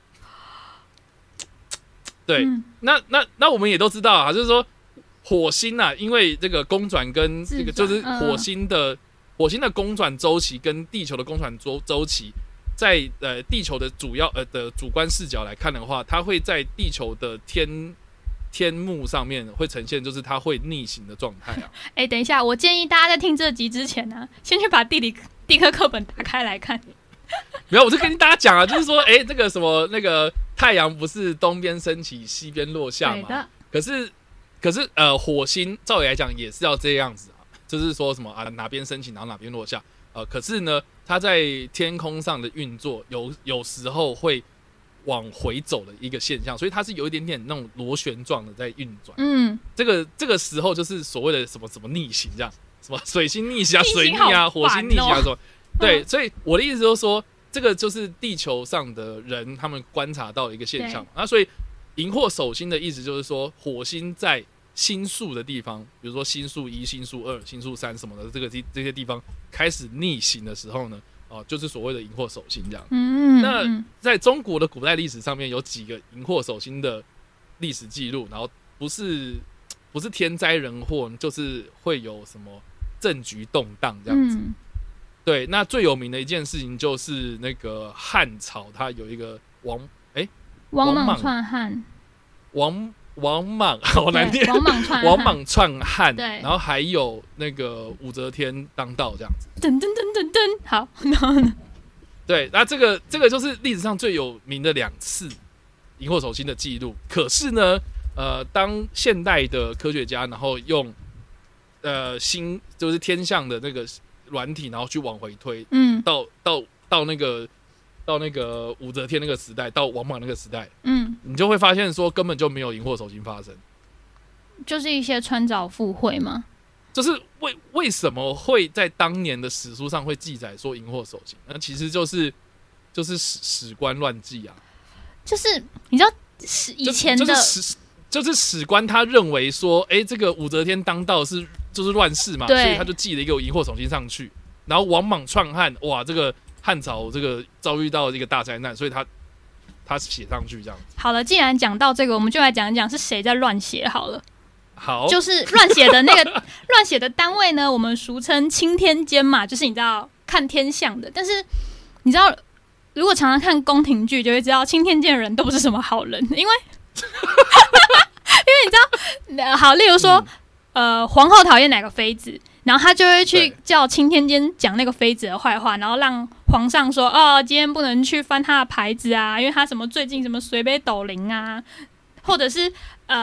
对，那我们也都知道啊，就是说火星啊，因为这个公转跟这个就是火星的公转周期跟地球的公转周期，在地球的主要的主观视角来看的话，它会在地球的天幕上面会呈现就是它会逆行的状态啊。 等一下，我建议大家在听这集之前呢，先去把地科课本打开来看。 没有，我就跟大家讲啊，就是说，这个什么那个太阳不是东边升起西边落下嘛？可是火星照理来讲也是要这样子啊，就是说什么哪边升起然后哪边落下，可是呢它在天空上的运作有时候会往回走的一个现象，所以它是有一点点那种螺旋状的在运转。这个时候就是所谓的什么逆行这样，什么水星逆行啊、水逆啊、火星逆行啊什么。对，所以我的意思就是说，这个就是地球上的人他们观察到的一个现象。那所以荧惑守星的意思就是说，火星在新宿的地方，比如说新宿1、新宿2、新宿3什么的这些地方开始逆行的时候呢，就是所谓的荧惑守心这样。那在中国的古代历史上面有几个荧惑守心的历史记录，然后不是天灾人祸，就是会有什么政局动荡这样子。对，那最有名的一件事情就是那个汉朝，它有一个王莽篡汉， 王莽好难念，王莽篡汉， 对， 然后还有那个武则天当道这样子。 噔噔噔噔噔，好，然后呢？ 对，那这个就是历史上最有名的2次荧惑守心的记录。可是呢，当现代的科学家然后用就是天象的那个软体，然后去往回推，到那个武则天那个时代，到王莽那个时代，你就会发现说根本就没有荧惑守心发生， 就是一些穿凿附会吗？ 就是为什么会在当年的史书上会记载说荧惑守心？那其实就是史官乱记啊， 就是你知道以前的就是史官他认为说，这个武则天当道就是乱世嘛，所以他就记了一个荧惑守心上去，然后王莽篡汉，哇，这个汉朝这个遭遇到一个大灾难，所以他写上去这样子。 好了，既然讲到这个，我们就来讲一讲是谁在乱写好了。 好， 就是乱写的那个乱写的单位呢，我们俗称钦天监嘛，就是你知道看天象的。但是你知道，如果常常看宫廷剧，就会知道钦天监的人都不是什么好人，因为你知道，好，例如说，皇后讨厌哪个妃子，然后他就会去叫钦天监讲那个妃子的坏话，然后让皇上说，今天不能去翻他的牌子啊，因为他什么最近什么水北斗零啊，或者是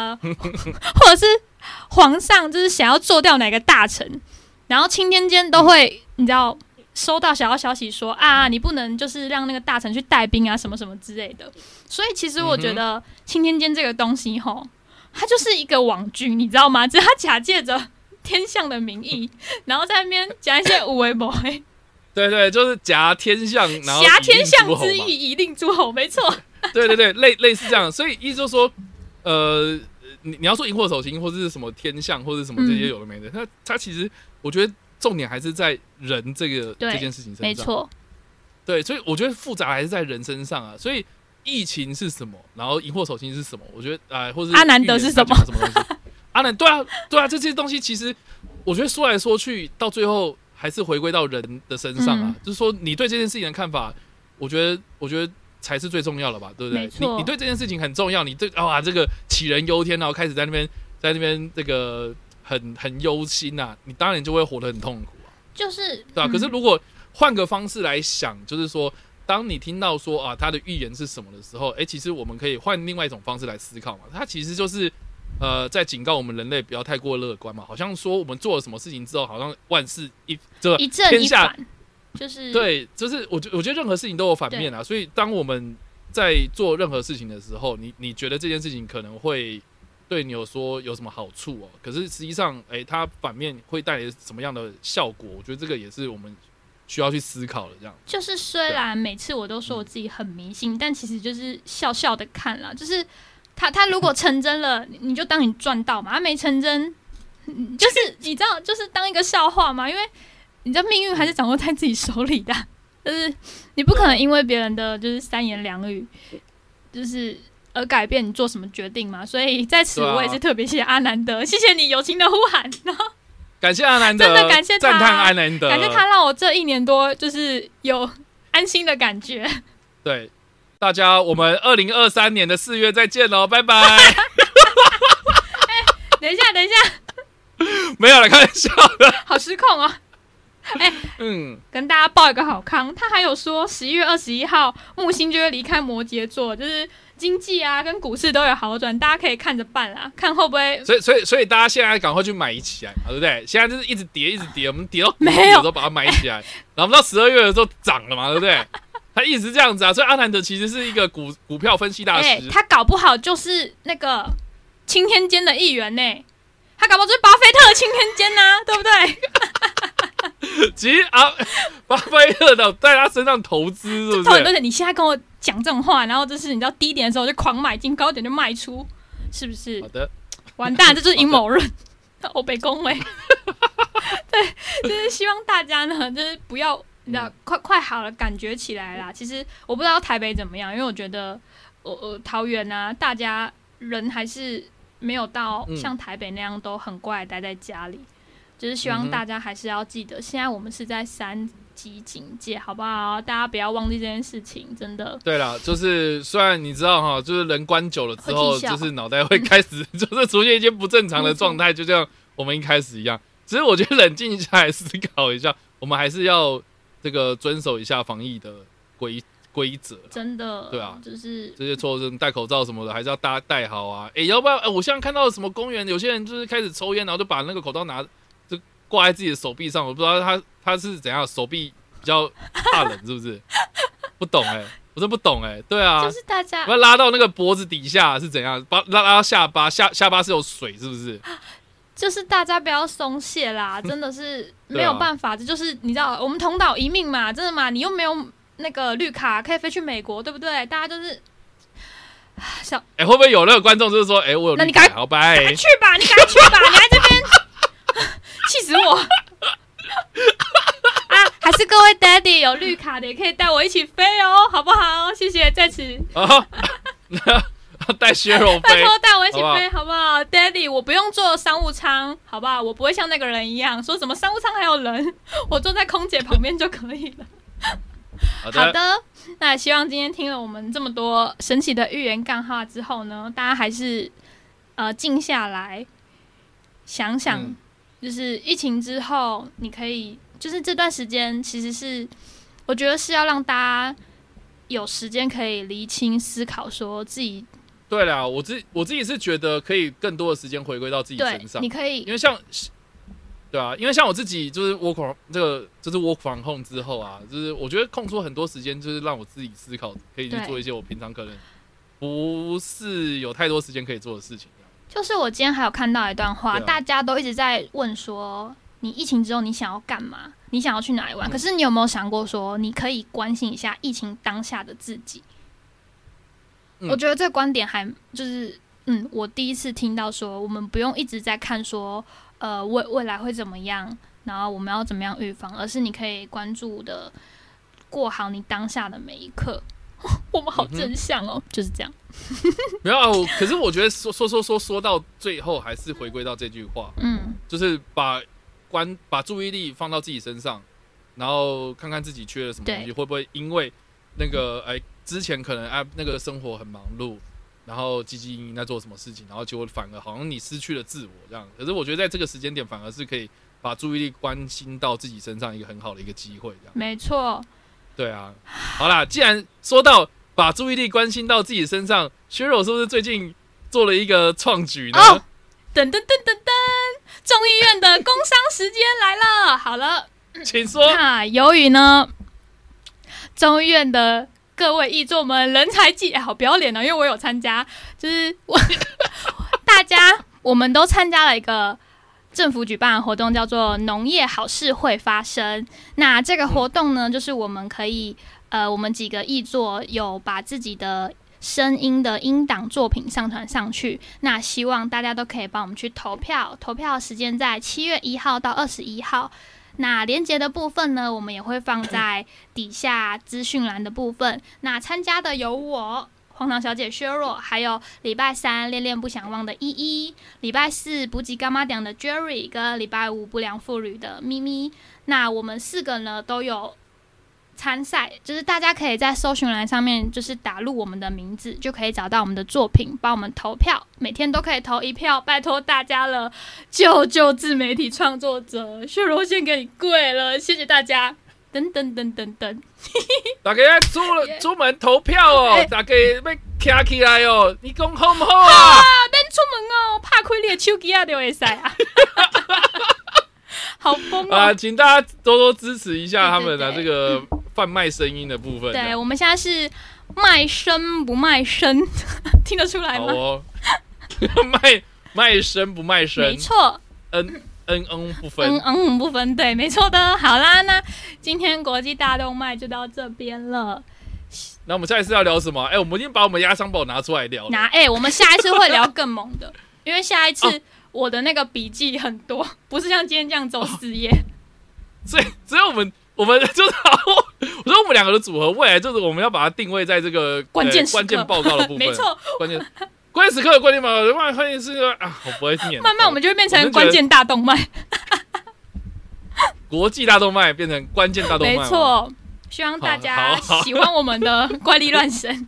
皇上就是想要做掉哪个大臣，然后钦天监都会你知道收到小道消息说你不能就是让那个大臣去带兵啊什么什么之类的。所以其实我觉得钦天监这个东西吼，它就是一个网军，你知道吗？只是他假借着天象的名义，然后在那边讲一些有的没的。 对对，就是夹天象，然后挟天象之意以令诸侯，没错。 对对对，类似这样，所以意思就是说，你要说荧惑守心或是什么天象或是什么这些有的没的，它其实我觉得重点还是在人这件事情身上， 没错。 对，所以我觉得复杂还是在人身上啊。所以疫情是什么，然后荧惑守心是什么？我觉得或是阿南德是什么东西？阿南对啊，这些东西其实我觉得说来说去，到最后还是回归到人的身上啊。就是说你对这件事情的看法，我觉得才是最重要的吧，对不对？你对这件事情很重要，你对这个杞人忧天，然后开始在那边这个很忧心啊，你当然就会活得很痛苦啊。 就是对啊，可是如果换个方式来想，就是说，当你听到说他的预言是什么的时候，其实我们可以换另外一种方式来思考嘛。它其实就是在警告我们人类不要太过乐观嘛。好像说我们做了什么事情之后，好像万事一正一反。就是对，就是我觉得任何事情都有反面啊，所以当我们在做任何事情的时候，你觉得这件事情可能会对你有什么好处哦，可是实际上它反面会带来什么样的效果？我觉得这个也是我们需要去思考的。这样就是虽然每次我都说我自己很迷信，但其实就是笑笑的看啦，就是他如果成真了，你就当你赚到嘛；他没成真，就是你知道，就是当一个笑话嘛，因为。你知道命运还是掌握在自己手里的，就是你不可能因为别人的就是三言两语，就是而改变你做什么决定嘛。所以在此我也是特别谢谢阿南德，谢谢你友情的呼喊，然后感谢阿南德， 真的感谢他， 赞叹阿南德， 感谢他让我这1年多就是有安心的感觉。 对大家，我们2023年的4月再见喽，拜拜。 等一下， 没有了，开玩笑的， 好失控哦。跟大家报一个好康，他还有说11月21号木星就会离开摩羯座，就是经济啊跟股市都有好转，大家可以看着办啦，看会不会。 所以大家现在赶快去买起来嘛，对不对？现在就是一直跌，我们跌到没有的时候把它买起来，然后到12月的时候涨了嘛，对不对？他一直这样子啊，所以阿南德其实是一个股票分析大师， 他搞不好就是那个钦天监的一员呢，他搞不好就是巴菲特的钦天监啊，对不对？ 其实巴菲特的在他身上投资，是不是？ 对，你现在跟我讲这种话，然后就是你知道低点的时候就狂买进，高点就卖出，是不是？ 好的， 完蛋，这就是阴谋论，我被恭维。对，就是希望大家呢，就是不要，快好了，感觉起来啦。其实我不知道台北怎么样，因为我觉得桃园啊，大家人还是没有到像台北那样都很乖待在家里。就是希望大家还是要记得，现在我们是在3级警戒，好不好？大家不要忘记这件事情，真的。 对啦，就是虽然你知道哈，就是人关久了之后，就是脑袋会开始就是出现一些不正常的状态，就像我们一开始一样。只是我觉得冷静下来思考一下，我们还是要这个遵守一下防疫的规则。 真的， 对啊， 就是这些措施，戴口罩什么的，还是要大家戴好啊。要不然我现在看到什么公园，有些人就是开始抽烟，然后就把那个口罩挂在自己的手臂上，我不知道他是怎样，手臂比较怕冷是不是？不懂我真不懂对啊， 就是大家要拉到那个脖子底下是怎样，拉到下巴，下巴是有水是不是？ 就是大家不要松懈啦，真的是没有办法，这就是你知道，我们同岛一命嘛，真的嘛，你又没有那个绿卡可以飞去美国，对不对？大家就是会不会有那个观众就是说，我有绿卡，好拜， 赶快去吧，你赶快去吧，你来这边。气死我！啊，还是各位 daddy 有绿卡的也可以带我一起飞哦，好不好？谢谢，在此。 带薛柔飞， 拜托带我一起飞，好不好 ？Daddy， 我不用坐商务舱，好不好？我不会像那个人一样说什么商务舱还有人，我坐在空姐旁边就可以了。好的，那希望今天听了我们这么多神奇的寓言干话之后呢，大家还是静下来想想。就是疫情之后，你可以就是这段时间，其实是我觉得是要让大家有时间可以厘清思考，说自己。 对啦，我自己是觉得可以更多的时间回归到自己身上。 你可以， 因为像我自己就是 work from home 之后啊，就是我觉得空出很多时间，就是让我自己思考，可以去做一些我平常可能不是有太多时间可以做的事情。 就是我今天还有看到一段话，大家都一直在问说，你疫情之后你想要干嘛？你想要去哪里玩？可是你有没有想过说，你可以关心一下疫情当下的自己？我觉得这个观点还就是，我第一次听到说，我们不用一直在看说，未来会怎么样，然后我们要怎么样预防，而是你可以关注的过好你当下的每一刻。我们好正向哦，就是这样。 没有啊，可是我觉得说到最后，还是回归到这句话，就是把注意力放到自己身上，然后看看自己缺了什么东西，会不会因为那个之前可能那个生活很忙碌，然后汲汲营营在做什么事情，然后结果反而好像你失去了自我这样。可是我觉得在这个时间点，反而是可以把注意力关心到自己身上一个很好的一个机会，这样。 没错。对啊，好啦，既然说到把注意力关心到自己身上，薛柔是不是最近做了一个创举呢？ 噔噔噔噔噔，众议院的工商时间来了。好了， 请说。 由于呢，众议院的各位议座们人才济，好不要脸哦，因为我有参加，就是我们都参加了一个政府举办的活动，叫做农业好事会发生。那这个活动呢，就是我们可以我们几个议座有把自己的声音的音档作品上传上去，那希望大家都可以帮我们去投票，投票时间在7月1号到21号。那连结的部分呢，我们也会放在底下资讯栏的部分。那参加的有我荒唐小姐薛若，还有礼拜3恋恋不想忘的依依，礼拜4补给干妈点的 Jerry， 跟礼拜5不良妇女的咪咪。那我们4个呢都有参赛，就是大家可以在搜寻栏上面就是打入我们的名字，就可以找到我们的作品，帮我们投票，每天都可以投1票，拜托大家了，救救自媒体创作者，薛若先给你跪了，谢谢大家。等等等等等， 大家出门投票哦，大家要站起来哦，你讲好不好啊？ 免出门哦，拍开你的手机啊就会使啊。好疯哦！ 请大家多多支持一下他们的这个贩卖声音的部分。 对，我们现在是卖声不卖身，听得出来吗？ 好哦，卖声不卖身， 没错。 不分， 不分，对，没错的。好啦，那今天国际大动脉就到这边了。 那我们下一次要聊什么？我们已经把我们压箱宝拿出来聊了。 我们下一次会聊更猛的。 因为下一次我的那个笔记很多，不是像今天这样走4页。 所以我们就是我说我们两个的组合，未来就是我们要把它定位在这个关键报告的部分。 没错， 关键时刻的关键报告，关键时刻啊，我不会念。 慢慢我们就会变成关键大动脉， 国际大动脉变成关键大动脉。 没错，希望大家喜欢我们的怪力乱神。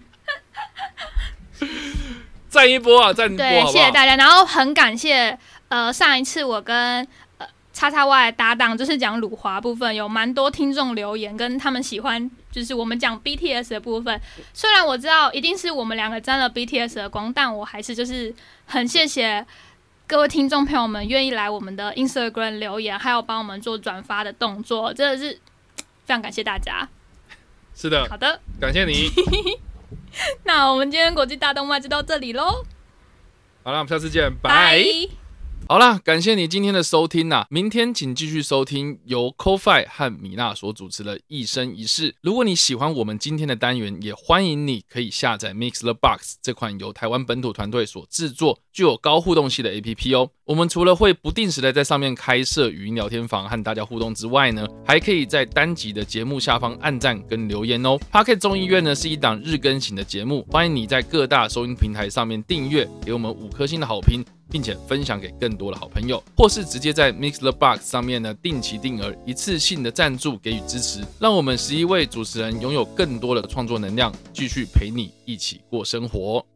赞一波啊，赞一波！ 对，谢谢大家。然后很感谢上一次我跟XXY 搭档，就是讲辱华部分，有蛮多听众留言，跟他们喜欢就是我们讲 BTS 的部分。虽然我知道一定是我们两个沾了 BTS 的光，但我还是就是很谢谢各位听众朋友们愿意来我们的 Instagram 留言，还有帮我们做转发的动作，真的是非常感谢大家。 是的， 好的， 感谢你。 那我们今天国际大动脉就到这里咯。 好了，我们下次见，拜。好啦，感谢你今天的收听啊！明天请继续收听由 Ko-Fi 和米娜所主持的一生一世。如果你喜欢我们今天的单元，也欢迎你可以下载 MixerBox 这款由台湾本土团队所制作、具有高互动性的 APP 哦。我们除了会不定时的在上面开设语音聊天房和大家互动之外呢，还可以在单集的节目下方按赞跟留言哦。Pocket 众议院呢是一档日更型的节目，欢迎你在各大收音平台上面订阅，给我们5颗星的好评，并且分享给更多的好朋友，或是直接在 MixerBox 上面呢定期定额一次性的赞助给予支持，让我们11位主持人拥有更多的创作能量，继续陪你一起过生活。